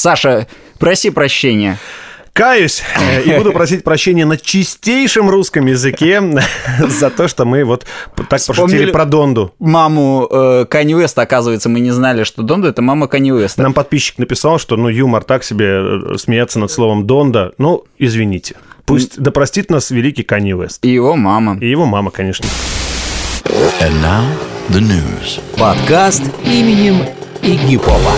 Саша, проси прощения. Каюсь и буду просить прощения на чистейшем русском языке за то, что мы вот так пошутили про Донду. Маму Канье Уэста, оказывается, мы не знали, что Донда — это мама Канье Уэста. Нам подписчик написал, что юмор так себе, смеяться над словом Донда. Ну, извините. Пусть да простит нас великий Канье Уэст. И его мама. И его мама, конечно. And now the news. Подкаст именем Игги Попа.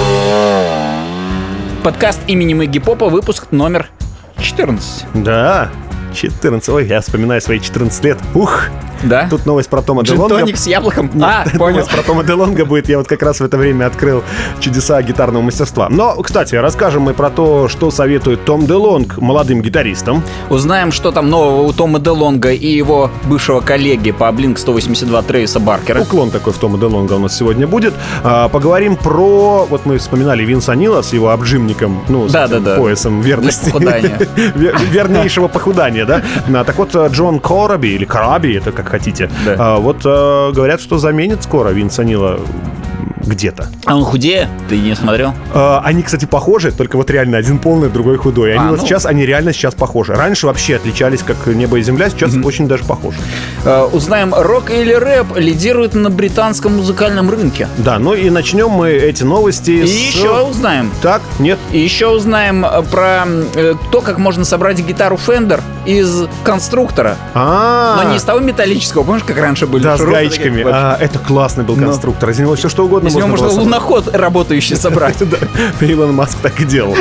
Подкаст именем Игги Попа, выпуск номер 14. Да, 14. Ой, я вспоминаю свои 14 лет. Ух! Да? Тут новость про Тома Делонга. Джин-тоник с яблоком. Понял. Новость про Тома Делонга будет. Я вот как раз в это время открыл чудеса гитарного мастерства. Но, кстати, расскажем мы про то, что советует Том Делонг молодым гитаристам. Узнаем, что там нового у Тома Делонга и его бывшего коллеги по Blink-182 Трейса Баркера. Уклон такой в Тома Делонга у нас сегодня будет. Поговорим про... Вот мы вспоминали Винса Нила с его обжимником, поясом верности. Для похудания. Вернейшего похудания, да? Так вот, Джон Кораби, или Караби, это как хотите. Да. Говорят, что заменит скоро Винса Нила где-то. А он худее? Ты не смотрел? Они, кстати, похожи, только вот реально один полный, другой худой. Они реально сейчас похожи. Раньше вообще отличались как небо и земля, сейчас очень даже похожи. Узнаем, рок или рэп лидирует на британском музыкальном рынке. Да, ну и начнем мы эти новости еще узнаем. Так, нет. И еще узнаем про то, как можно собрать гитару Fender из конструктора. Но не из того металлического, помнишь, как раньше были? Да, с гаечками. Это классный был конструктор. Из него все что угодно из него можно луноход работающий собрать. Илон Маск так и делал.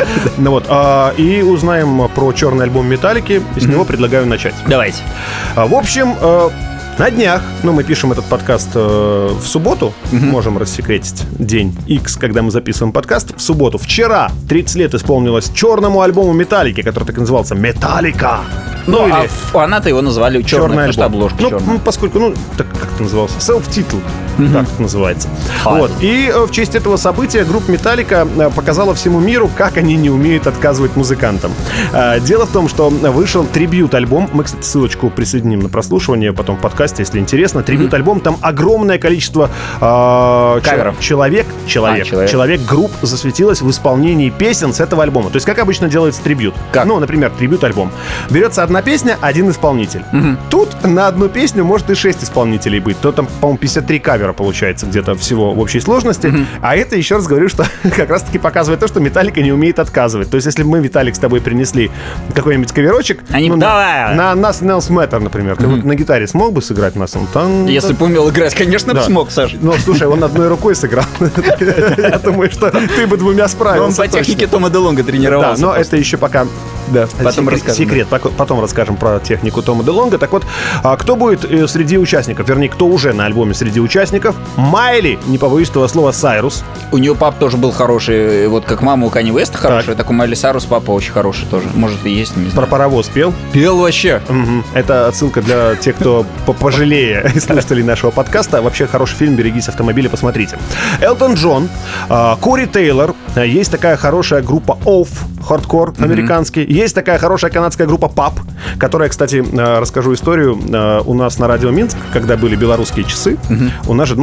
И узнаем про черный альбом Металлики. С него предлагаю начать. Давайте. В общем, на днях, мы пишем этот подкаст в субботу, можем рассекретить день X, когда мы записываем подкаст, в субботу. Вчера 30 лет исполнилось черному альбому Металлики, который так и назывался «Металлика». А фанаты его назвали черный альбом. Обложка черная. Поскольку, так как это назывался? Self-titled, так это называется. И в честь этого события группа Металлика показала всему миру, как они не умеют отказывать музыкантам. Дело в том, что вышел трибьют-альбом. Мы, кстати, ссылочку присоединим на прослушивание потом в подкасте, если интересно. Трибьют-альбом, там огромное количество каверов. Человек групп засветилось в исполнении песен с этого альбома. То есть, как обычно делается трибьют. Например, трибьют-альбом. Берется одна песня, один исполнитель. Тут на одну песню может и 6 исполнителей быть. То там, по-моему, 53 кавера получается где-то всего в общей сложности. А это, еще раз говорю, что как раз-таки показывает то, что Металлика не умеет отказывать. То есть, если мы, Виталик, с тобой принесли какой-нибудь каверочек, на Nothing Else Matter, например, ты вот на гитаре смог бы сыграть нас? Если бы умел играть, конечно, бы смог, Саша. Слушай, он одной рукой сыграл. Я думаю, что ты бы двумя справился. Он по технике Тома Делонга тренировался. Да, но это еще пока... Да, потом расскажем. Секрет. Потом расскажем про технику Тома Делонга. Так вот, кто будет среди участников? Вернее, кто уже на альбоме среди участников? Майли, не побоюсь этого слова, Сайрус. У нее папа тоже был хороший. Вот как мама у Канье Уэста хорошая, так у Майли Сайрус папа очень хороший тоже. Может, и есть, не знаю. Про паровоз пел? Пел вообще. Это отсылка для тех, кто пожалее слушателей нашего подкаста. Вообще, хороший фильм «Берегись автомобиля», посмотрите. Элтон Джон, Кори Тейлор. Есть такая хорошая группа Oath, хардкор американский. Есть такая хорошая канадская группа PAP, которая, кстати, расскажу историю. У нас на радио Минск, когда были белорусские часы, у нас же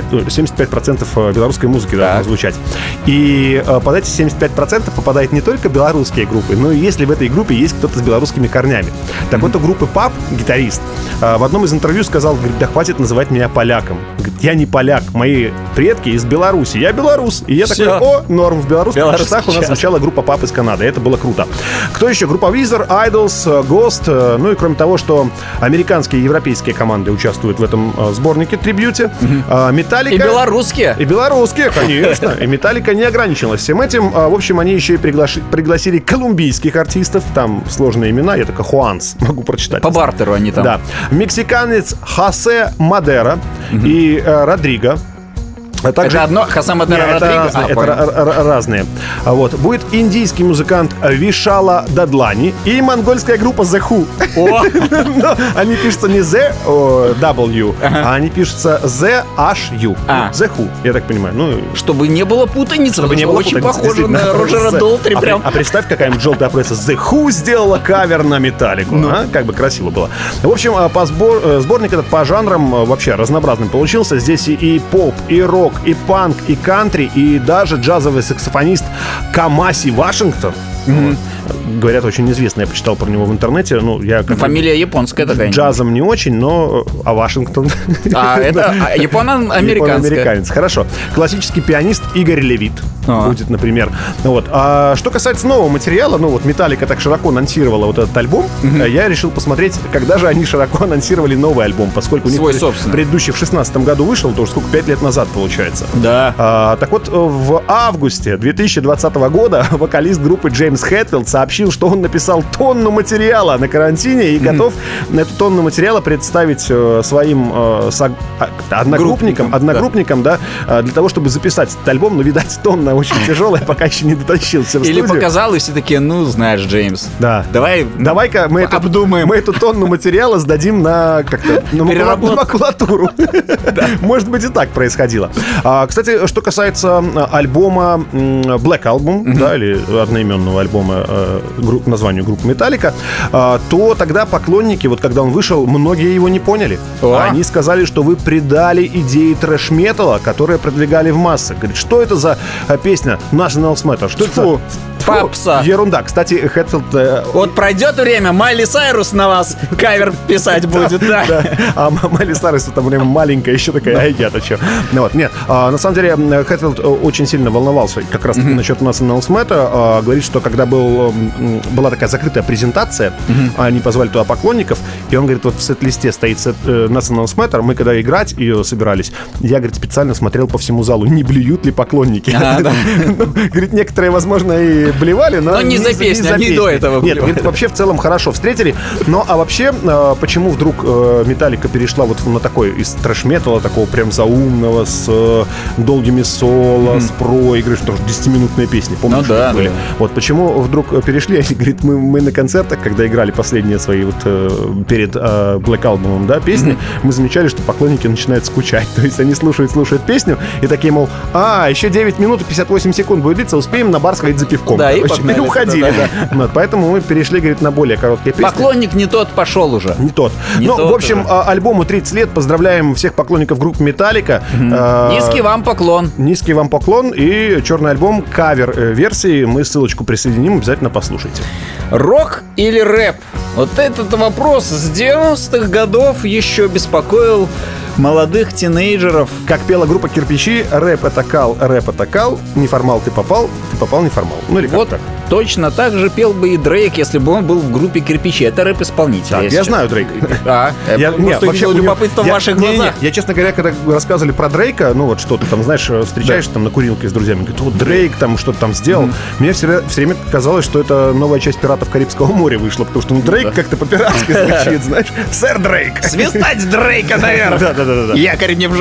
75% белорусской музыки должно звучать. И под эти 75% попадает не только белорусские группы, но и если в этой группе есть кто-то с белорусскими корнями. Так вот, у группы PAP гитарист в одном из интервью сказал, говорит, да хватит называть меня поляком. Говорит, я не поляк, мои предки из Беларуси, я белорус. И я такой, норм, в белорусских часах у нас звучала группа PAP из Канады, это было круто. Кто еще? Группа Weezer, Idols, Ghost. Ну и кроме того, что американские и европейские команды участвуют в этом сборнике трибьюте. Металлика... И белорусские. И белорусские, конечно. И Металлика не ограничилась всем этим. В общем, они еще и пригласили колумбийских артистов. Там сложные имена, я только Хуанс могу прочитать. По бартеру они там. Да. Мексиканец Хосе Мадера и Родриго. Также... Это одно, Хосе Мадера, Родриго? Это разные. Вот. Будет индийский музыкант Вишала Дадлани и монгольская группа The Who. Они пишутся не Z-W, а они пишутся Z-H-U. The Who, я так понимаю. Чтобы не было путаницы, очень похоже на Роджера Долтри. А представь, какая-нибудь желтая пресса. The Who сделала кавер на Металлику. Как бы красиво было. В общем, сборник этот по жанрам вообще разнообразным получился. Здесь и поп, и рок, рок, и панк, и кантри, и даже джазовый саксофонист Камаси Вашингтон. Говорят, очень известный, я почитал про него в интернете. Я фамилия японская такая. Джазом не очень, но... А Вашингтон? Это японо-американец. Хорошо. Классический пианист Игорь Левит будет, например. А что касается нового материала, Металлика так широко анонсировала вот этот альбом, я решил посмотреть, когда же они широко анонсировали новый альбом, поскольку у них предыдущий в 2016 году вышел, то уже сколько, 5 лет назад получается. Да. Так вот, в августе 2020 года вокалист группы Джеймс Хэтфилд сообщил, что он написал тонну материала на карантине и готов эту тонну материала представить своим одногруппникам, да, для того, чтобы записать этот альбом. Но, видать, тонна очень тяжелая, пока еще не дотащился в студию. Или показал, и все такие, знаешь, Джеймс, да. Давай-ка мы обдумаем. Мы эту тонну материала сдадим на макулатуру. Может быть, и так происходило. Кстати, что касается альбома Black Album, да, или одноименного альбома названию группы Металлика, то тогда поклонники, вот когда он вышел, многие его не поняли. Они сказали, что вы предали идеи трэш-металла, которые продвигали в массы. Говорит, что это за песня National Matter? Что это? Попса. Ерунда. Кстати, Хэтфилд... Вот пройдет время, Майли Сайрус на вас кавер писать будет, да. А Майли Сайрус в это время маленькая, еще такая, а я-то что? Нет, на самом деле Хэтфилд очень сильно волновался как раз насчет National Matter. Говорит, что когда была такая закрытая презентация, они позвали туда поклонников, и он говорит, вот в сет-листе стоит National Matter, мы когда играть ее собирались, я, говорит, специально смотрел по всему залу, не блюют ли поклонники. Говорит, некоторые, возможно, и блевали, но не за песню, они до этого блевали. Нет, говорит, вообще в целом хорошо встретили. А вообще, почему вдруг Металлика перешла вот на такой из трэш-металла, такого прям заумного, с долгими соло, с проигрышем, потому что 10-минутные песни, помнишь, были? Да. Вот почему вдруг перешли, они говорят, мы на концертах, когда играли последние свои вот перед Black Album, да, песни, мы замечали, что поклонники начинают скучать. То есть они слушают песню и такие, мол, еще 9 минут и 58 секунд будет длиться, успеем на бар сходить за пивком. Да, и погнали. И уходили, да. Поэтому мы перешли, говорит, на более короткие песни. Поклонник не тот пошел уже. Не тот. В общем, альбому 30 лет. Поздравляем всех поклонников группы Металлика. Низкий вам поклон. Низкий вам поклон. И черный альбом кавер-версии. Мы ссылочку присоединим, обязательно послушайте. Рок или рэп? Вот этот вопрос с 90-х годов еще беспокоил молодых тинейджеров. Как пела группа «Кирпичи», рэп это кал, неформал ты попал, неформал. Или как вот так. Точно так же пел бы и Дрейк, если бы он был в группе «Кирпичи». Это рэп-исполнитель. Так, я знаю Дрейка. Я просто видел любопытство в ваших глазах. Я, честно говоря, когда рассказывали про Дрейка, что ты там, знаешь, встречаешь там на курилке с друзьями, говорит, вот Дрейк там что-то там сделал. Мне все время казалось, что это новая часть «Пиратов Карибского моря» вышла, потому что Дрейк как-то по-пиратски звучит, знаешь. Сэр Дрейк. Свистать Дрейка наверх. Да. Якорь мне в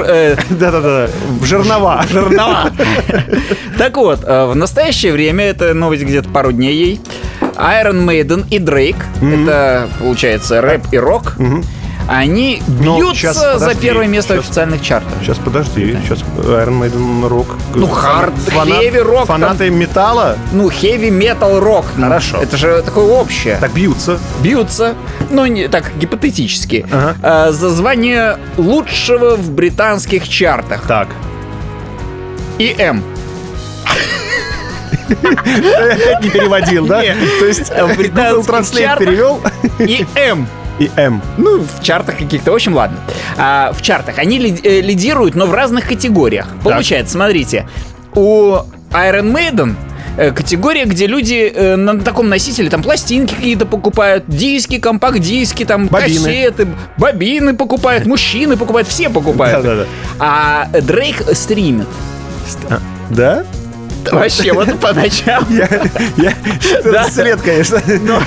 жернова. Так вот, в настоящее время, это новость где-то пару дней ей, Iron Maiden и Дрейк, это, получается, рэп и рок, они бьются за первое место в официальных чартах. Сейчас, подожди, сейчас Iron Maiden рок. Хард, хэви рок. Фанаты металла? Хэви метал рок. Хорошо. Это же такое общее. Так бьются. Так, гипотетически. За звание лучшего в британских чартах. Так. ИМ. Я опять не переводил, да? То есть Google Translate перевел? ИМ. ИМ. В чартах каких-то. В общем, ладно. В чартах они лидируют, но в разных категориях. Получается, смотрите, у Iron Maiden категория, где люди на таком носителе там пластинки какие-то покупают, диски, компакт-диски, там кассеты, бобины покупают, мужчины покупают, все покупают. Да. А Дрейк стримит. Да? Вообще, вот поначалу. Я след, конечно.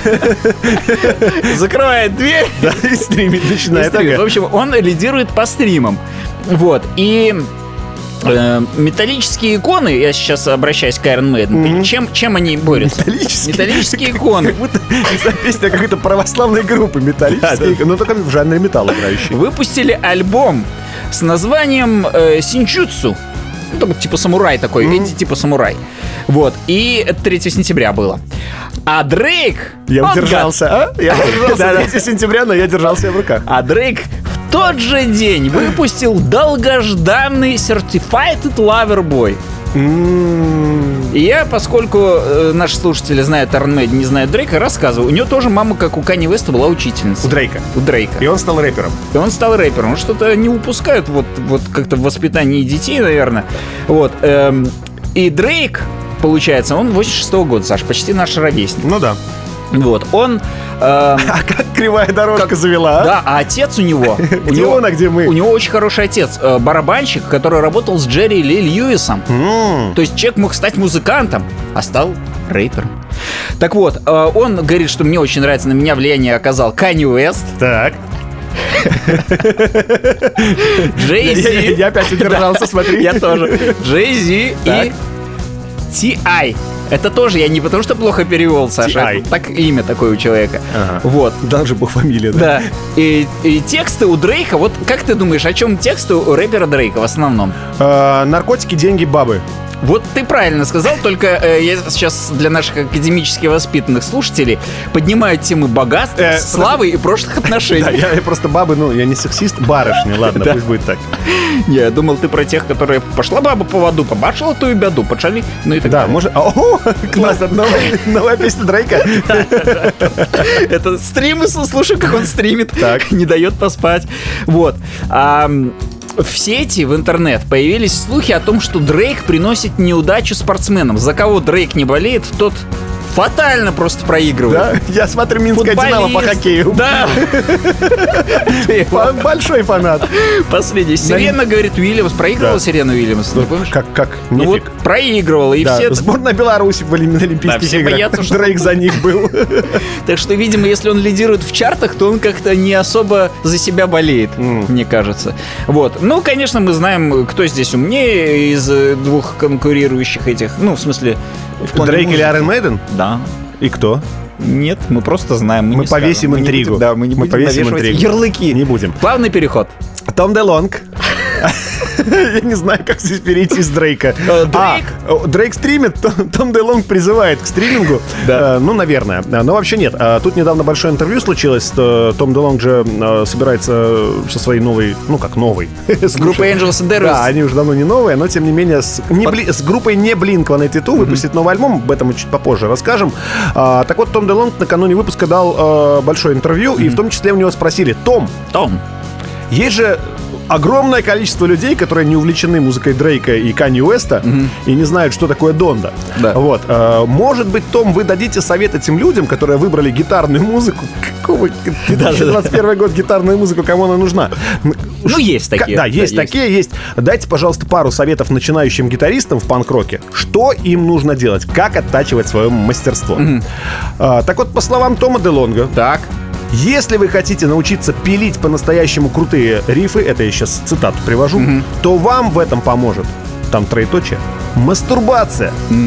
Закрывает дверь. Да, и стримит начинает. В общем, он лидирует по стримам. Вот. И металлические иконы, я сейчас обращаюсь к Iron Maiden, чем они борются? Металлические иконы. Как будто песня какой-то православной группы металлические иконы, но только в жанре металла играющие. Выпустили альбом с названием «Синчутсу». Типа самурай такой, Эдди типа самурай. Вот, и это 3 сентября было. А Дрейк... Я удержался, Я удержался 3 сентября, но я держался в руках. А Дрейк тот же день выпустил долгожданный Certified Lover Boy. И я, поскольку наши слушатели знают Iron Maiden, не знают Дрейка, рассказываю. У него тоже мама, как у Канье Уэста, была учительница. У Дрейка. И он стал рэпером. Он что-то не упускают вот как-то в воспитании детей, наверное. Вот. И Дрейк, получается, он 86-го года, Саш, почти наш ровесник. Ну да. Вот. Он... А как кривая дорожка завела, а? Да, а отец у него... Где он, а где мы? У него очень хороший отец, барабанщик, который работал с Джерри Ли Льюисом. То есть человек мог стать музыкантом, а стал рэпером. Так вот, он говорит, что мне очень нравится, на меня влияние оказал Канье Уэст. Так. Джей-Зи. Я опять удержался, смотри. Я тоже. Джей-Зи и Ти-Ай. Это тоже я не потому, что плохо перевел, Саша. Так имя такое у человека. Ага. Вот. Даже Бог фамилия, да? Да. И тексты у Дрейка, вот как ты думаешь, о чем тексты у рэпера Дрейка в основном? Наркотики, деньги, бабы. Вот ты правильно сказал, только я сейчас для наших академически воспитанных слушателей поднимаю темы богатства, славы и прошлых отношений. Да, я просто бабы, я не сексист, барышни, ладно, пусть будет так. Я думал, ты про тех, которые пошла баба по воду, побачила ту и беду, почали, ну и так далее. Да, может... О, класс, новая песня Дрейка. Это стримы, слушай, как он стримит, так. Не дает поспать. Вот. В сети, в интернет появились слухи о том, что Дрейк приносит неудачу спортсменам. За кого Дрейк не болеет, тот фатально просто проигрывает. Да? Я смотрю «Минское Динамо» по хоккею. Да. Большой фанат. Последний. Сирена, говорит, Уильямс. Проигрывала Сирена Уильямс? Не помнишь? Как? Ну вот проигрывала. И все... Сборная Беларуси на Олимпийских играх. Дрейк за них был. Так что, видимо, если он лидирует в чартах, то он как-то не особо за себя болеет, мне кажется. Вот. Ну, конечно, мы знаем, кто здесь умнее из двух конкурирующих этих. Ну, в смысле... Дрейк или Iron Maiden? Да. И кто? Нет, мы просто знаем. Мы повесим интригу. Да, мы не будем навешивать ярлыки. Не будем. Плавный переход. Том DeLonge. Я не знаю, как здесь перейти с Дрейка. Дрейк стримит, Том DeLonge призывает к стримингу. Ну, наверное. Но вообще нет. Тут недавно большое интервью случилось. Том DeLonge же собирается со своей новой... Ну, как новой. С группой Angels and Airwaves. Да, они уже давно не новые, но, тем не менее, с группой не Blink-182 выпустит новый альбом. Об этом мы чуть попозже расскажем. Так вот, Том DeLonge накануне выпуска дал большое интервью, и в том числе у него спросили: Том, есть же огромное количество людей, которые не увлечены музыкой Дрейка и Канье Уэста и не знают, что такое Донда. Да. Вот. Может быть, Том, вы дадите совет этим людям, которые выбрали гитарную музыку? Какого 2021 год гитарную музыку, кому она нужна? Ну, есть такие. Да, есть такие, есть. Дайте, пожалуйста, пару советов начинающим гитаристам в панк-роке. Что им нужно делать? Как оттачивать свое мастерство? Так вот, по словам Тома DeLonge, если вы хотите научиться пилить по-настоящему крутые рифы, это я сейчас цитату привожу, то вам в этом поможет, там троеточие, мастурбация.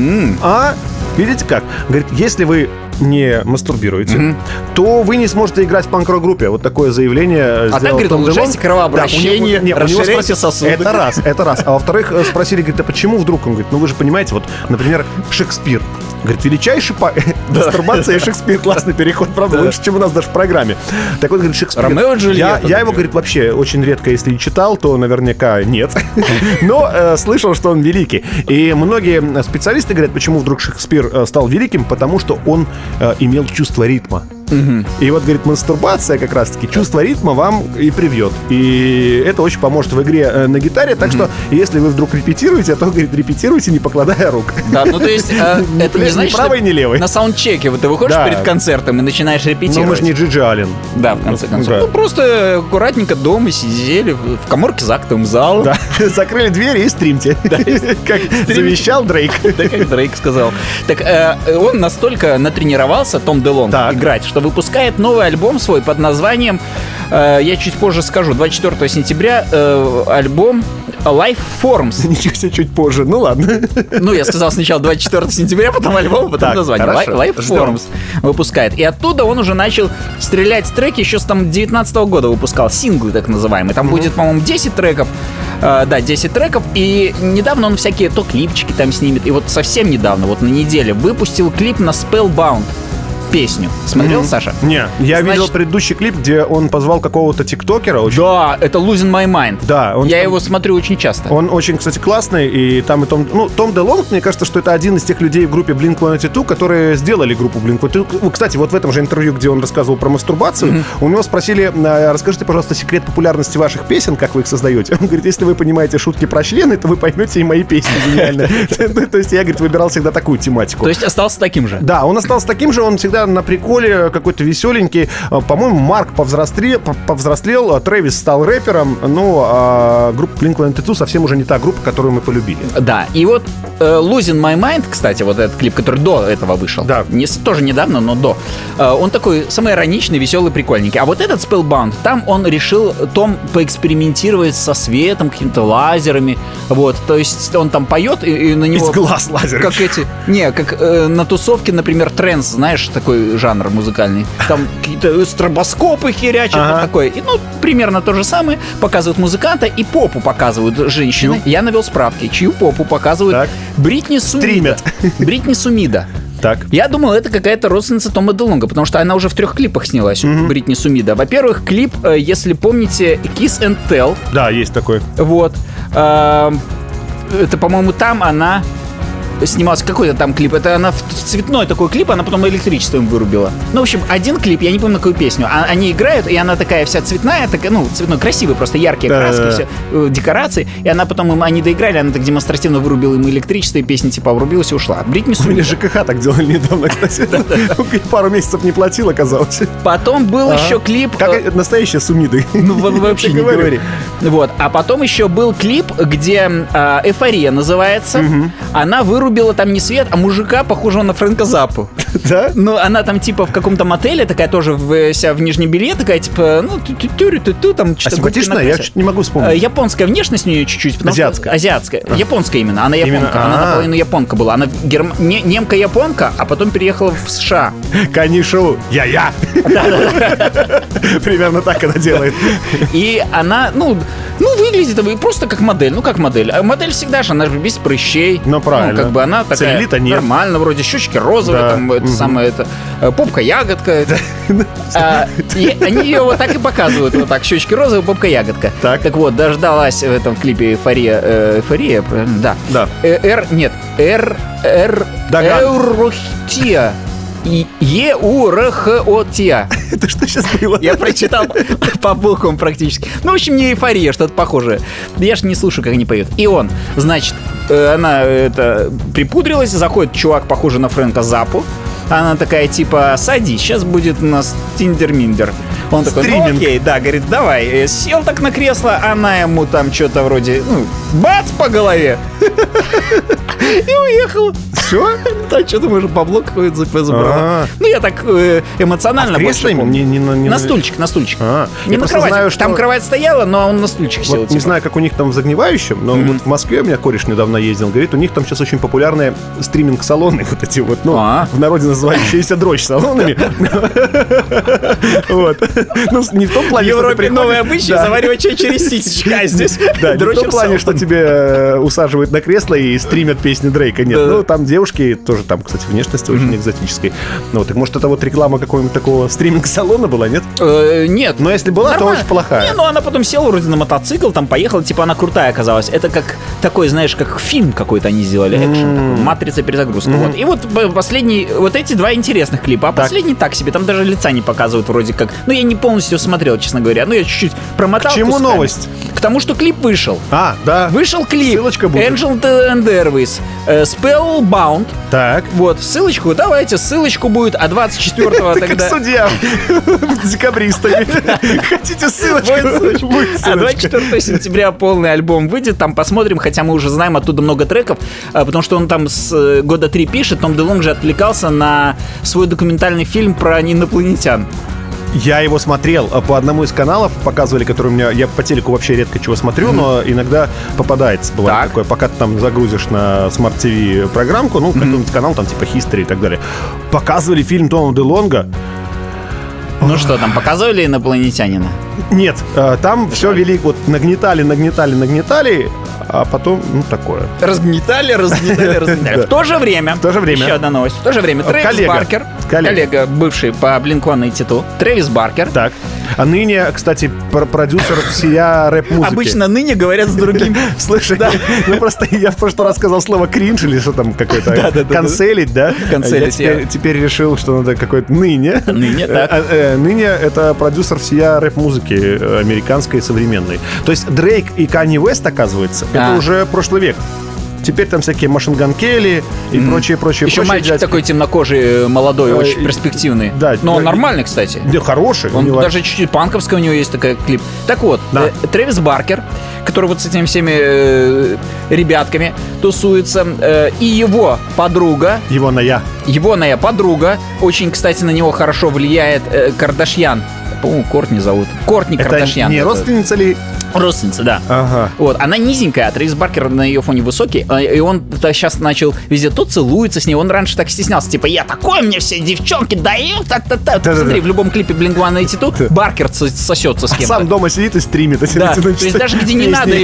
Видите как? Говорит, если вы не мастурбируете, то вы не сможете играть в панк-рок-группе. Вот такое заявление сделал так, говорит, Том DeLonge. улучшайте кровообращение, расширяйте сосуды. Это раз. А во-вторых, спросили, говорит, а почему вдруг? Он говорит, ну вы же понимаете, вот, например, Шекспир. Говорит, величайший мастурбация и Шекспир. Классный переход, правда, лучше, чем у нас даже в программе. Так вот, говорит, Шекспир. Ромео и Джульетта. Я его, говорит, вообще очень редко, если и читал, то наверняка нет. Но слышал, что он великий. И многие специалисты говорят, почему вдруг Шекспир стал великим, потому что он имел чувство ритма. И вот, говорит, мастурбация как раз-таки чувство ритма вам и привьет. И это очень поможет в игре на гитаре. Так что, если вы вдруг репетируете, то, говорит, репетируйте, не покладая рук. Да, ну то есть это не значит, правый, не левый. На саундчеке вот ты выходишь перед концертом и начинаешь репетировать. Но мы же не Джиджи Аллен. Да, в конце концов. Ну просто аккуратненько дома сидели в каморке за актовым залом. Да, закрыли двери и стримте. Как завещал Дрейк. Да, как Дрейк сказал. Так он настолько натренировался, Том DeLonge, играть, что выпускает новый альбом свой под названием, я чуть позже скажу, 24 сентября альбом Life Forms. Ничего себе, чуть позже, ну ладно. Ну, я сказал сначала 24 сентября, потом альбом, потом название. Life Forms выпускает. И оттуда он уже начал стрелять треки, еще с там 19 года выпускал, синглы так называемые. Там будет, по-моему, 10 треков. Да, 10 треков. И недавно он всякие то клипчики там снимет. И вот совсем недавно, вот на неделе, выпустил клип на Spellbound. песню. Смотрел, Саша? Не, я видел предыдущий клип, где он позвал какого-то тиктокера. Да, это Losing My Mind. Да, я его смотрю очень часто. Он очень, кстати, классный, и там и Том DeLonge, мне кажется, что это один из тех людей в группе Blink-182, которые сделали группу Blink-182. Кстати, вот в этом же интервью, где он рассказывал про мастурбацию, у него спросили: расскажите, пожалуйста, секрет популярности ваших песен, как вы их создаете. Он говорит: если вы понимаете шутки про члены, то вы поймете и мои песни гениально. То есть я, говорит, выбирал всегда такую тематику. То есть остался таким же? Да, он остался таким же, он всегда на приколе, какой-то веселенький. По-моему, Марк повзрослел, Трэвис стал рэпером, но группа Blink-182 совсем уже не та группа, которую мы полюбили. Да, и вот Losing My Mind, кстати, вот этот клип, который до этого вышел, да. Тоже недавно, но до, он такой самый ироничный, веселый, прикольненький. А вот этот Spellbound, там он решил, Том, поэкспериментировать со светом, какими-то лазерами, вот, то есть он там поет, и на него... Из глаз лазер. Как на тусовке, например, трэнс, знаешь, такой жанр музыкальный. Там какие-то стробоскопы херячат, вот такое. И, примерно то же самое. Показывают музыканта, и попу показывают женщины. Я навел справки, чью попу показывают. Так. Бритни Сумида. Стримят. Бритни Сумида. Так. Я думал, это какая-то родственница Тома DeLonge, потому что она уже в 3 клипах снялась, Бритни Сумида. Во-первых, клип, если помните, Kiss and Tell. Да, есть такой. Вот. Это, по-моему, там она снимался, какой-то там клип. Это она в цветной такой клип, она потом электричеством вырубила. Ну, в общем, один клип, я не помню, какую песню. Они играют, и она такая вся цветная, такая, цветной, красивый, просто яркие краски, все, декорации. И она потом, они доиграли, она так демонстративно вырубила им электричество, и песня типа врубилась и ушла. Бритни Сумида. У меня ЖКХ так делали недавно, кстати. Пару месяцев не платил, оказалось. Потом был еще клип... Как настоящая Сумида. Ну, вообще не говори. Вот. А потом еще был клип, где «Эйфория» называется. Она вырубила там не свет, а мужика, похожего на Фрэнка Заппу. Да? Ну, она там типа в каком-то мотеле, такая тоже вся в нижнем белье, такая типа, там что-то... Симпатичная? Я чуть не могу вспомнить. Японская внешность у нее чуть-чуть. Азиатская. Японская именно. Она японка. Она наполовину японка была. Она немка-японка, а потом переехала в США. Канишу, я. Примерно так она делает. И она, выглядит просто как модель. Ну, как модель. А модель всегда же, она же без прыщей. Ну, правильно. Как бы она такая целлюлита нет. Нормально, вроде щечки розовые, там, это самое, попка-ягодка. И они ее вот так и показывают, вот так, щечки розовые, попка-ягодка. Так вот, дождалась в этом клипе «Эйфория», правильно? Да. Эурохтия. Еурхотия. Это что сейчас было? Я прочитал по буквам практически. Ну, в общем, не «Эйфория», что-то похожее. Я ж не слушаю, как они поют. И он, значит, она припудрилась, заходит чувак, похожий на Фрэнка Заппу. Она такая, типа, садись, сейчас будет у нас тиндер-миндер. Он такой, окей, да, говорит, давай. Сел так на кресло, она ему там что-то вроде, бац по голове. И уехала. Все? Да, что думаешь, бабло какое-то забрала. Ну, я так эмоционально больше помню. На стульчик. Не на кровать. Там кровать стояла, но он на стульчик сел. Не знаю, как у них там в Загнивающем, но вот в Москве у меня кореш недавно ездил, говорит, у них там сейчас очень популярные стриминг-салоны, вот эти вот, в народе называющиеся дрочь-салонами. Вот. Ну, не в том плане, что в Европе новые обычаи заваривать чай через сисечку, а здесь да, не в том плане, что тебе усаживают на кресло и стримят песни Дрейка, нет. Ну, там девушки тоже, там, кстати, внешность очень экзотической. Ну, так может, это вот реклама какого-нибудь такого стриминг-салона была, нет? Нет. Но если была, то очень плохая. Не, ну она потом села вроде на мотоцикл, там поехала, типа она крутая оказалась. Это как такой, знаешь, как фильм какой-то они сделали, экшен такой, матрица перезагрузка. Вот. И вот последний, вот эти два интересных клипа, а последний так себе, там даже лица не показывают вроде как. Ну, я не полностью смотрел, честно говоря. Ну, я чуть-чуть промотал. К чему новость? К тому, что клип вышел. Да. Вышел клип. Ссылочка будет. Angel and Airways. Spellbound. Так. Вот, ссылочку, давайте, ссылочку будет, а 24-го ты тогда... как судья с декабристами. Хотите ссылочку? А 24 сентября полный альбом выйдет, там посмотрим, хотя мы уже знаем оттуда много треков, потому что он там с года 3 пишет, Том DeLonge же отвлекался на свой документальный фильм про инопланетян. Я его смотрел по одному из каналов, показывали, который у меня... Я по телеку вообще редко чего смотрю, но иногда попадается. Бывает такое, пока ты там загрузишь на Smart TV программку, какой-нибудь канал, там типа History и так далее. Показывали фильм Тома DeLonge. Ну что, там показывали инопланетянина? Нет, там все вели, вот нагнетали, а потом, такое. Разгнетали. В то же время. Еще одна новость. В то же время Трэвис Баркер, коллега бывший по Blink-182, Трэвис Баркер. Так. А ныне, кстати, продюсер всея рэп-музыки. Обычно ныне говорят с другим. Слушай, просто я в прошлый раз сказал слово кринж или что там какое-то канцелить, да? Канцелить. Я теперь решил, что надо какое-то ныне. Ныне, так. Ныне это продюсер всея рэп-музыки американской современной. То есть Дрейк и Канье Уэст, оказывается, это уже прошлый век. Теперь там всякие Машин Ган Келли и прочее. Еще мальчик дядьки. такой темнокожий, молодой, очень перспективный. Да. Но он нормальный, кстати. Да, хороший. Он даже чуть-чуть панковская у него есть такая клип. Так вот, Трэвис Баркер, который вот с этими всеми ребятками тусуется, и его подруга... Его подруга, очень, кстати, на него хорошо влияет Кардашьян. По-моему, Кортни зовут. Кортни Кардашьян. Не родственница ли? Родственница, да. Ага. Вот, она низенькая, а Трэвис Баркер на ее фоне высокий, и он сейчас начал везде то целуется с ней, он раньше так стеснялся, типа, я такой, мне все девчонки дают, Посмотри, в любом клипе Blink-182 Баркер сосется с кем-то. Сам дома сидит и стримит. Да, то есть даже где не надо...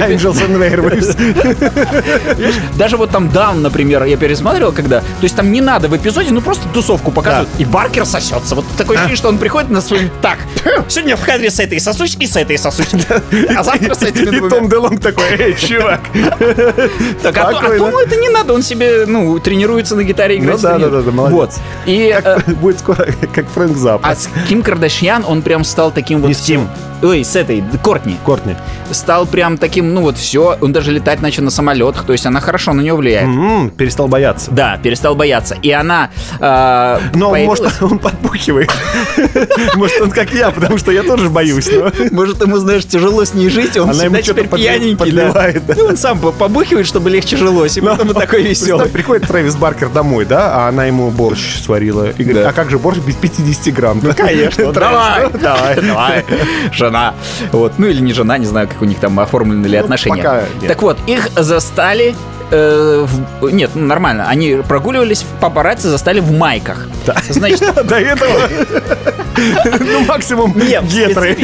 Даже вот там Down, например, я пересматривал, когда... То есть там не надо в эпизоде, просто тусовку показывают, и Баркер сосется. Вот такое ощущение, что он приходит на своем... Так, сегодня в кадре с этой сосусь и с этой сосусь. А завтра с этими двумя. И Том Делонг такой, эй, чувак. Так, а Тому это не надо, он себе, тренируется на гитаре играть. Да, молодец. Вот. И будет скоро, как Фрэнк Заппа. А с Ким Кардашьян он прям стал таким вот... Не с Ким. Ой, с этой, Кортни. Стал прям таким, все, он даже летать начал на самолетах, то есть она хорошо на него влияет. Перестал бояться. Да, перестал бояться. И она Но, может, он подбухивает. Может, он как я, потому что я тоже боюсь. Может, ему, знаешь, тяжело с ней жить, и он всегда теперь пьяненький. Подливает, да. Он сам побухивает, чтобы легче жилось, и потом такой веселый. Приходит Трэвис Баркер домой, да, а она ему борщ сварила. И говорит, а как же борщ без 50 грамм? Конечно. Давай. Жена. Вот. Или не жена, не знаю, как у них там оформлены ли отношения. Так вот, их застали... Нет, нормально. Они прогуливались, папарацци застали в майках. Значит... До этого... максимум гетры.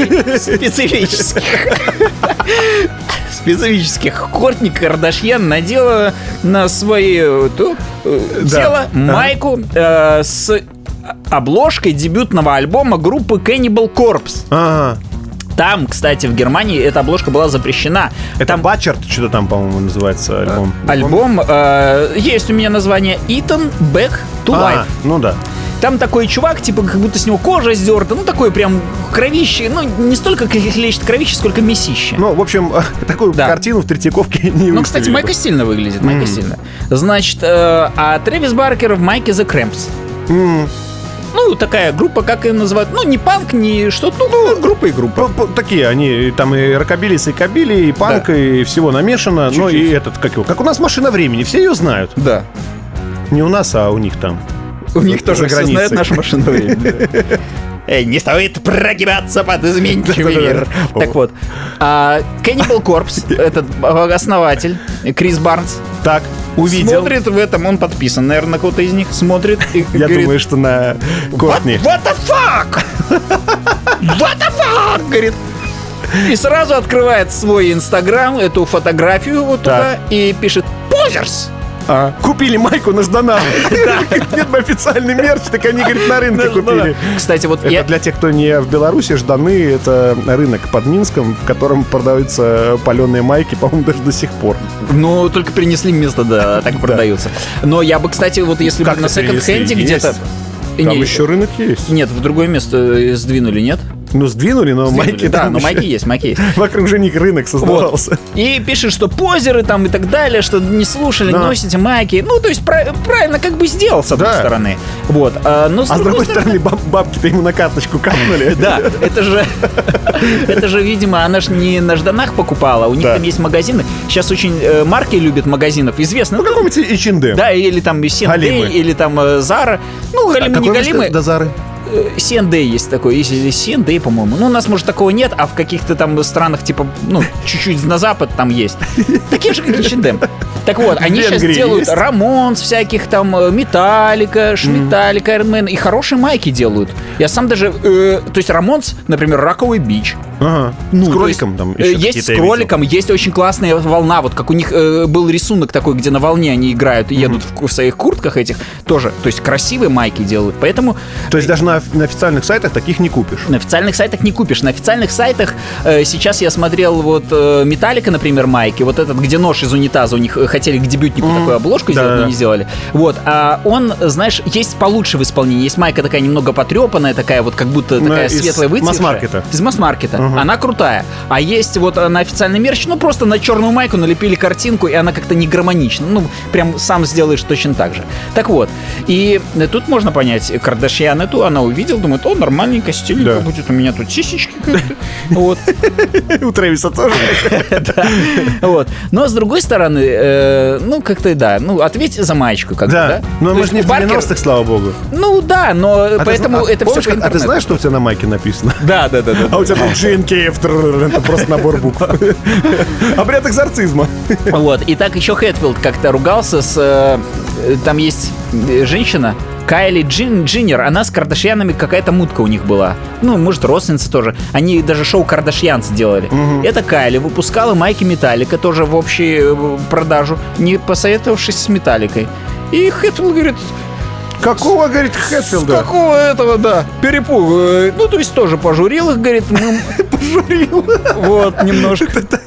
Специфических. Кортни Кардашьян надела на свое тело майку с обложкой дебютного альбома группы Cannibal Corpse. Ага. Там, кстати, в Германии эта обложка была запрещена. Это Батчерт, что-то там, по-моему, называется альбом. Альбом, есть у меня название Eaten Back to Life. Ну да. Там такой чувак, типа, как будто с него кожа сдерта, такой прям кровище, не столько лечит кровище, сколько мясище. В общем, такую картину в Третьяковке не выставили. Кстати, майка стильно выглядит, майка стильно. Значит, а Трэвис Баркер в майке The Cramps. Такая группа, как ее называют. Не панк, не что-то, группа и группа. Такие они, там и рокобили, сайкобили, и панк, и всего намешано. Чуть-чуть. И этот, как у нас «Машина времени», все ее знают. Да. Не у нас, а у них там. У них тоже все знают нашу «Машину времени». Не стоит прогибаться под изменчивый мир. Так вот, Cannibal Corpse, этот основатель, Крис Барнс, так, увидел. Смотрит в этом, он подписан, наверное, на кого-то из них, смотрит и Я говорит, думаю, что на Кортни. What the fuck? What the fuck? Говорит. И сразу открывает свой Инстаграм, эту фотографию вот туда, и пишет «Позерс». Купили майку на Жданах. Нет бы официальный мерч, так они, говорит, на рынке купили. Кстати, вот это для тех, кто не в Беларуси, Жданы — это рынок под Минском, в котором продаются паленые майки, по-моему, даже до сих пор. Только перенесли место, да, так и продаются. Но я бы, кстати, вот если бы на секонд-хенде где-то... Там еще рынок есть. Нет, в другое место сдвинули, нет? Сдвинули, но майки да, но майки есть. Вокруг же них рынок создавался. Вот. И пишет, что позеры там и так далее, что не слушали, носите майки. То есть правильно как бы сделал, с одной стороны. Вот. Но с другой стороны, бабки-то ему на карточку капнули. Да, это же, видимо, она ж не на Жданах покупала, у них там есть магазины. Сейчас очень марки любят магазинов, известно. Какой-нибудь H&M. Да, или там Сен-Дэй, или там Зара. Галимы, не галимы. До Зары? C&A есть такой, или C&A, по-моему. Ну, у нас, может, такого нет, а в каких-то там странах, типа, ну, чуть-чуть на запад там есть. Такие же, как H&M. Так вот, они сейчас делают Рамонс всяких там, Металлика, Шметаллика, Iron Man, и хорошие майки делают. Я сам даже, то есть Рамонс, например, Раковый бич. Ага. Ну, с кроликом там еще есть с кроликом, есть очень классная волна. Вот как у них был рисунок такой, где на волне они играют и едут в своих куртках этих. Тоже, то есть красивые майки делают. Поэтому... То есть даже на официальных сайтах таких не купишь? На официальных сайтах не купишь. На официальных сайтах сейчас я смотрел вот Металлика, например, майки. Вот этот, где нож из унитаза. У них хотели к дебютнику такую обложку сделать, но не сделали. Вот. А он, знаешь, есть получше в исполнении. Есть майка такая немного потрепанная, такая вот как будто такая светлая выцветшая. Масс-маркета. Из масс-маркета. Она крутая. А есть вот на официальный мерч, ну просто на черную майку налепили картинку, и она как-то не гармонична. Ну, прям сам сделаешь точно так же. Так вот. И тут можно понять, Кардашьян эту, она увидела, думает, о, нормальненько, стильненько будет, у меня тут сисечки как-то. Вот. У Трэвиса тоже. Вот. Но с другой стороны, ну, как-то, да, ну, ответь за маечку, как бы, да? Но мы же не в 90-х, слава богу. Ну, да, но поэтому это все по интернету. А ты знаешь, что у тебя на майке написано? Да. А у тебя там G&K, это просто набор букв. Обряд экзорцизма. Вот. И так еще Хэтфилд как-то ругался с... Там есть женщина, Кайли Дженнер, она с Кардашьянами, какая-то мутка у них была. Ну, может, родственница тоже. Они даже шоу Кардашьянс делали. Это Кайли выпускала майки Металлика тоже в общую продажу, не посоветовавшись с Металликой. И Хэтфилд говорит... Какого, говорит, Хэтфилда? С какого этого, да, перепуг. Ну, то есть тоже пожурил их, говорит. Пожурил? Вот, немножко.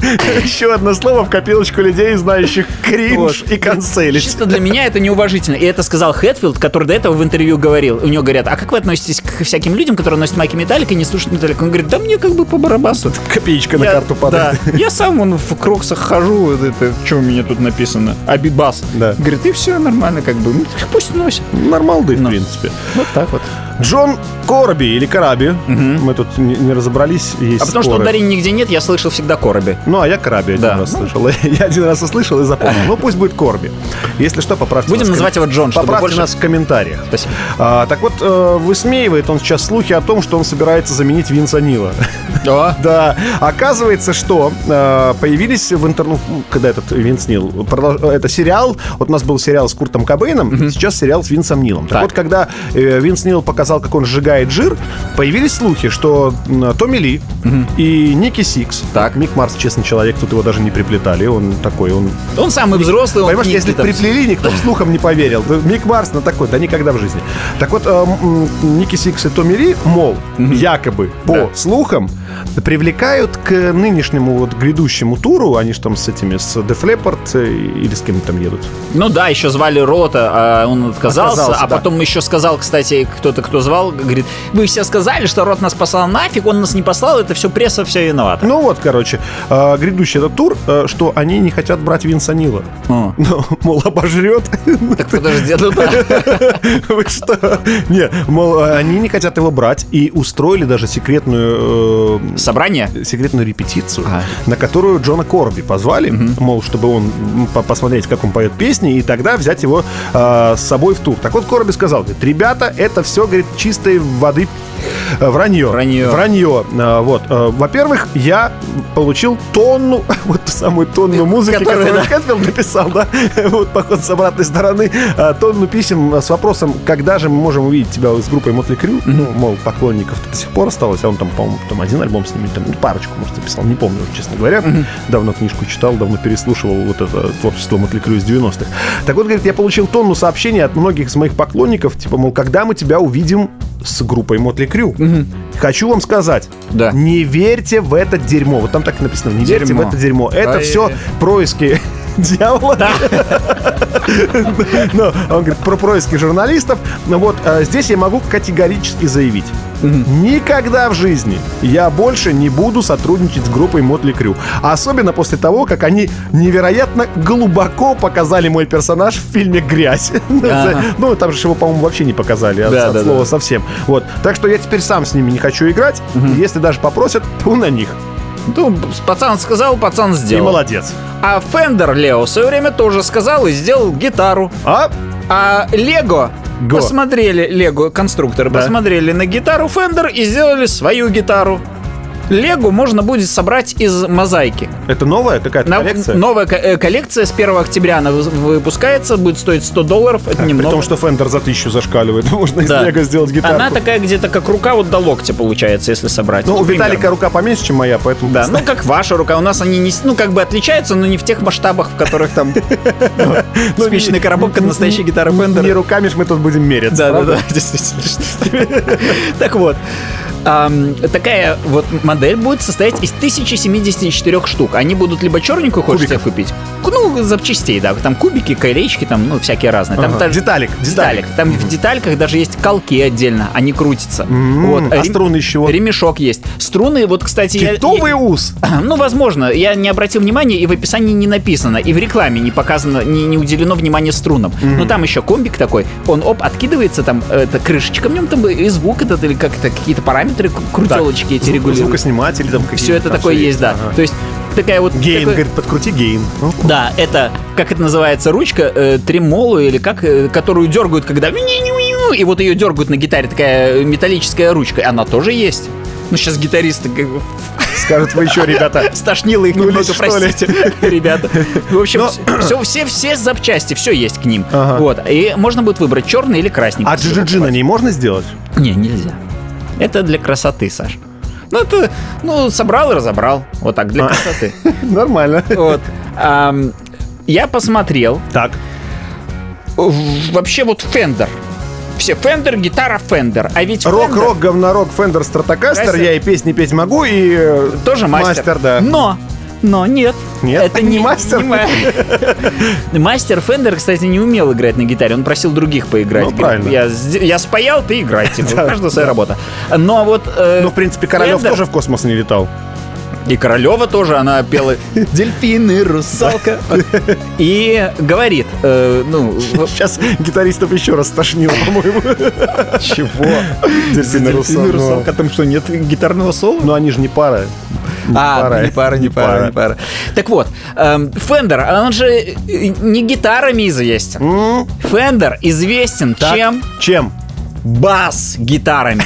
Еще одно слово в копилочку людей, знающих кринж и канцелить. Чисто для меня это неуважительно. И это сказал Хэтфилд, который до этого в интервью говорил. У него говорят, а как вы относитесь к всяким людям, которые носят майки Металлика и не слушают Металлика? Он говорит, да мне как бы по барабасу. Копеечка на карту падает. Да. Я сам в кроксах хожу, это что у меня тут написано? Абибас. Да. Говорит, и все нормально, как бы. Пусть носит. Нормалды, в принципе. Вот так вот. Джон Кораби или Караби. Мы тут не разобрались. Есть потому что ударений нигде нет, я слышал всегда Кораби. Ну, а я Караби один раз слышал. Я один раз услышал и запомнил. Ну, пусть будет Корби. Если что, поправьте Будем называть его Джон, чтобы поправьте больше... нас в комментариях. Спасибо. Так вот, высмеивает он сейчас слухи о том, что он собирается заменить Винса Нила. Да. Оказывается, что появились в интернете... Когда этот Винс Нил... Это сериал. Вот у нас был сериал с Куртом Кобейном, сейчас сериал с Винсом Нилом. Так вот, когда Винс Нил показал, как он сжигает жир, появились слухи, что Томми Ли и Ники Сикс, Мик Марс, честный человек, тут его даже не приплетали, он такой, он самый взрослый, понимаешь, если приплели, никто слухам не поверил. Мик Марс, такой, да никогда в жизни. Так вот, Ники Сикс и Томми Ли, мол, якобы, по слухам, привлекают к нынешнему вот грядущему туру, они же там с Def Leppard или с кем там едут. Ну да, еще звали Рота, а он отказался, а потом еще сказал, кстати, кто звал, говорит, вы все сказали, что Рот нас послал нафиг, он нас не послал, это все пресса, все виновата. Ну вот, короче, грядущий этот тур, что они не хотят брать Винса Нила. Ну, мол, обожрет. Так подожди, ну да. Вы что? Не, мол, они не хотят его брать и устроили даже секретную... Собрание? Секретную репетицию, на которую Джона Корби позвали, мол, чтобы он посмотреть, как он поет песни, и тогда взять его с собой в тур. Так вот, Корби сказал, говорит, ребята, это все, говорит, чистой воды вранье. Вот. Во-первых, я получил тонну, вот ту самую тонну музыки, которую Хэтфилд написал, да, вот, поход с обратной стороны, тонну писем с вопросом, когда же мы можем увидеть тебя с группой Motley Crue, ну, мол, поклонников до сих пор осталось, а он там, по-моему, там один альбом с ними, там, парочку, может, записал, не помню, честно говоря, давно книжку читал, давно переслушивал вот это творчество Motley Crue из 90-х. Так вот, говорит, я получил тонну сообщений от многих из моих поклонников, типа, мол, когда мы тебя увидим с группой Motley Crue. Хочу вам сказать, не верьте в это дерьмо. Вот там так и написано, не верьте в это дерьмо. Это все происки дьявола. Он говорит про происки журналистов. Вот здесь я могу категорически заявить. Никогда в жизни я больше не буду сотрудничать с группой Motley Crue. Особенно после того, как они невероятно глубоко показали мой персонаж в фильме «Грязь». Ну, там же его, по-моему, вообще не показали от слова совсем. Вот. Так что я теперь сам с ними не хочу играть. Если даже попросят, то на них. Ну, пацан сказал, пацан сделал. И молодец. А Фендер Лео в свое время тоже сказал и сделал гитару. А Лего посмотрели, Лего-конструкторы, Да. посмотрели на гитару Fender и сделали свою гитару. Лего можно будет собрать из мозаики. Это новая какая-то коллекция? Новая коллекция с 1 октября она выпускается, будет стоить $100, это При немного. том, что Fender за 1000 зашкаливает. Можно из Да. Лего сделать гитарку. Она такая где-то как рука вот до локтя получается, если собрать. Ну, у примерно. Виталика рука поменьше, чем моя, поэтому... Да, ну как ваша рука. У нас они не, как бы отличаются, но не в тех масштабах, в которых там спичный коробок от настоящей гитары Не Fender. руками ж мы тут будем мериться. правда? Да, действительно. Так вот, такая вот модель будет состоять из 1074 штук. Они будут либо черненькую, хочешь себе купить, ну, запчастей, да, там кубики, колечки, там, ну, всякие разные. Там Ага. даже- Деталик. Там в детальках даже есть колки отдельно, они крутятся. Вот. А струны из чего? Ремешок есть. Струны, вот, кстати, Китовый ус. ну, возможно, я не обратил внимания, и в описании не написано, и в рекламе не показано, не уделено внимание струнам. Но там еще комбик такой, он откидывается, там, это крышечка в нем, там, и звук этот, или как-то какие-то параметры, крутелочки эти регулируют. Звукосниматели там какие-то. Все это там такое всё есть, да. Ага. То есть такая вот... Гейн, такой- говорит, подкрути гейн. Ну, Да, это, как это называется, ручка, тремоло, или как, которую дергают, когда... И вот ее дергают на гитаре, такая металлическая ручка, она тоже есть. Ну, сейчас гитаристы как бы скажут, вы еще, ребята. стошнило их Ну, немного, что ли? простите, ребята. В общем, Но- все запчасти, все есть к ним. Ага. Вот. И можно будет выбрать черный или красненький. А GGG на ней можно сделать? Не, нельзя. Это для красоты, Саш. Ну, это, собрал и разобрал. Вот так, для красоты. Нормально. Вот. Я посмотрел. Так. Вообще вот Fender. Все Fender, гитара Fender. А ведь Fender Рок, говнорок, Fender, Stratocaster, Кастер. я и песни петь могу, и... тоже мастер. да. Но нет. Нет? Это Не мастер? Мастер Fender, кстати, не умел играть на гитаре. Он просил других поиграть. Ну, Говорит, правильно. я спаял, ты играйте. У Да, каждого своя работа. Но вот... Ну, в принципе, Королев Fender- тоже в космос не летал. И Королева тоже, она пела «Дельфины, русалка». И говорит, Сейчас гитаристов еще раз тошнило, по-моему. чего? Дельфины русалка. Там что, нет гитарного соло? Ну, они же не пара. Не пара. Так вот, Fender, он же не гитарами известен. Fender известен Так. чем? Чем? Бас-гитарами.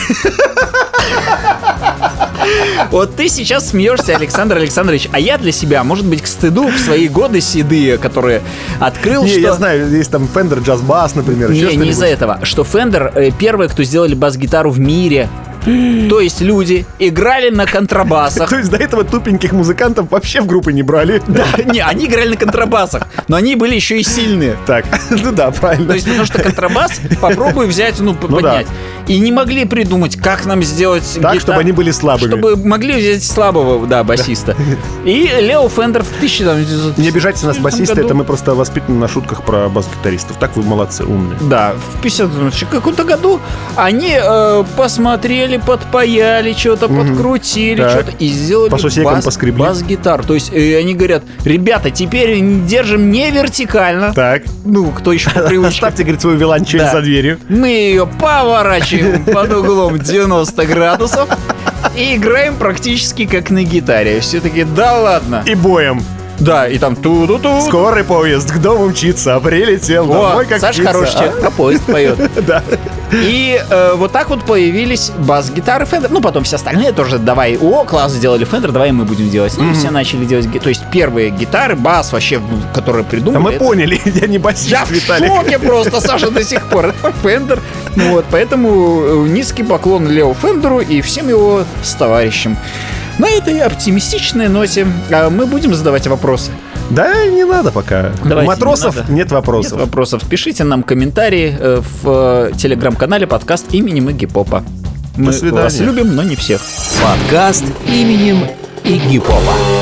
Вот ты сейчас смеешься, Александр Александрович, а я для себя, может быть, к стыду в свои годы седые, которые открыл, Не, что... я знаю, есть там Fender Jazz Bass, например, еще Не что-нибудь. из-за этого. Что Fender первые, кто сделали бас-гитару в мире. То есть люди играли на контрабасах. То есть до этого тупеньких музыкантов вообще в группы не брали? Да, не, они играли на контрабасах, но они были еще и сильные. Так, ну да, правильно. То есть, потому что контрабас попробуй взять, поднять. И не могли придумать, как нам сделать Так, чтобы они были слабыми. Чтобы могли взять слабого, да, басиста. И Лео Фендер в 1900... Не обижайтесь на нас, басисты, году. это мы просто воспитаны на шутках про бас-гитаристов. Так вы молодцы, умные. Да, в 50 каком-то году они посмотрели, подпаяли, что-то подкрутили, Так. что-то и сделали По сусекам поскребли. бас-гитар. То есть они говорят, ребята, теперь держим не вертикально. Так. Ну, кто еще по привычке. Оставьте, говорит, свою виолончель Да. за дверью. Мы ее поворачиваем под углом 90 градусов и играем практически как на гитаре. Все таки да ладно. И боем. Да, и там ту-ду-ту. Скорый поезд к дому мчится, прилетел О, домой, как Саша птица. хороший человек, а поезд поет. Да. И вот так вот появились бас-гитары Fender. Ну, потом все остальные тоже давай, класс, сделали Fender, давай мы будем делать. Ну, все начали делать. То есть первые гитары, бас вообще, которые Да придумали. мы это- поняли, я не басист, Я в Виталик. шоке просто, Саша, до сих пор. Это Fender. Ну вот, поэтому низкий поклон Лео Фендеру и всем его товарищам. На этой оптимистичной ноте мы будем задавать вопросы. Да, не надо пока. Давайте, У матросов не надо. нет вопросов. Нет вопросов. Пишите нам комментарии в телеграм-канале подкаст именем Игги Попа. Мы свидания. вас любим, но не всех. Подкаст именем Игги Попа.